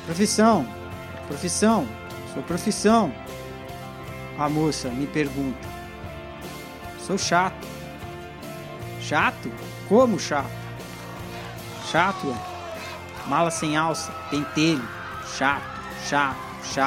Profissão, sua profissão. A moça me pergunta. Sou chato. Chato? Como chato? Chato é mala sem alça, pentelho. Chato.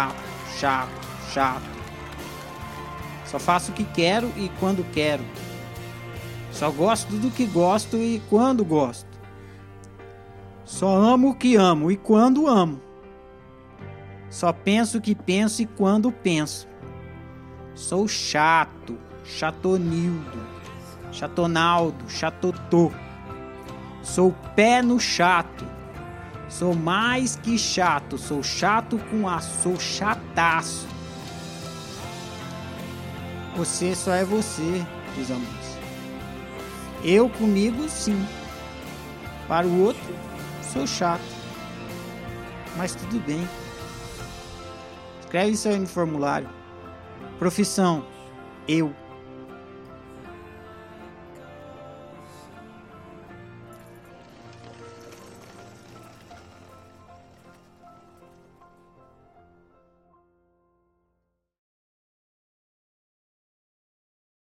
Só faço o que quero e quando quero. Só gosto do que gosto e quando gosto. Só amo o que amo e quando amo. Só penso o que penso e quando penso. Sou chato, chatonildo, chatonaldo, chatotô. Sou pé no chato. Sou mais que chato, sou chato com a, sou chataço. Você só é você, diz a moça. Eu comigo, sim. Para o outro, sou chato. Mas tudo bem. Escreve isso aí no formulário. Profissão, eu.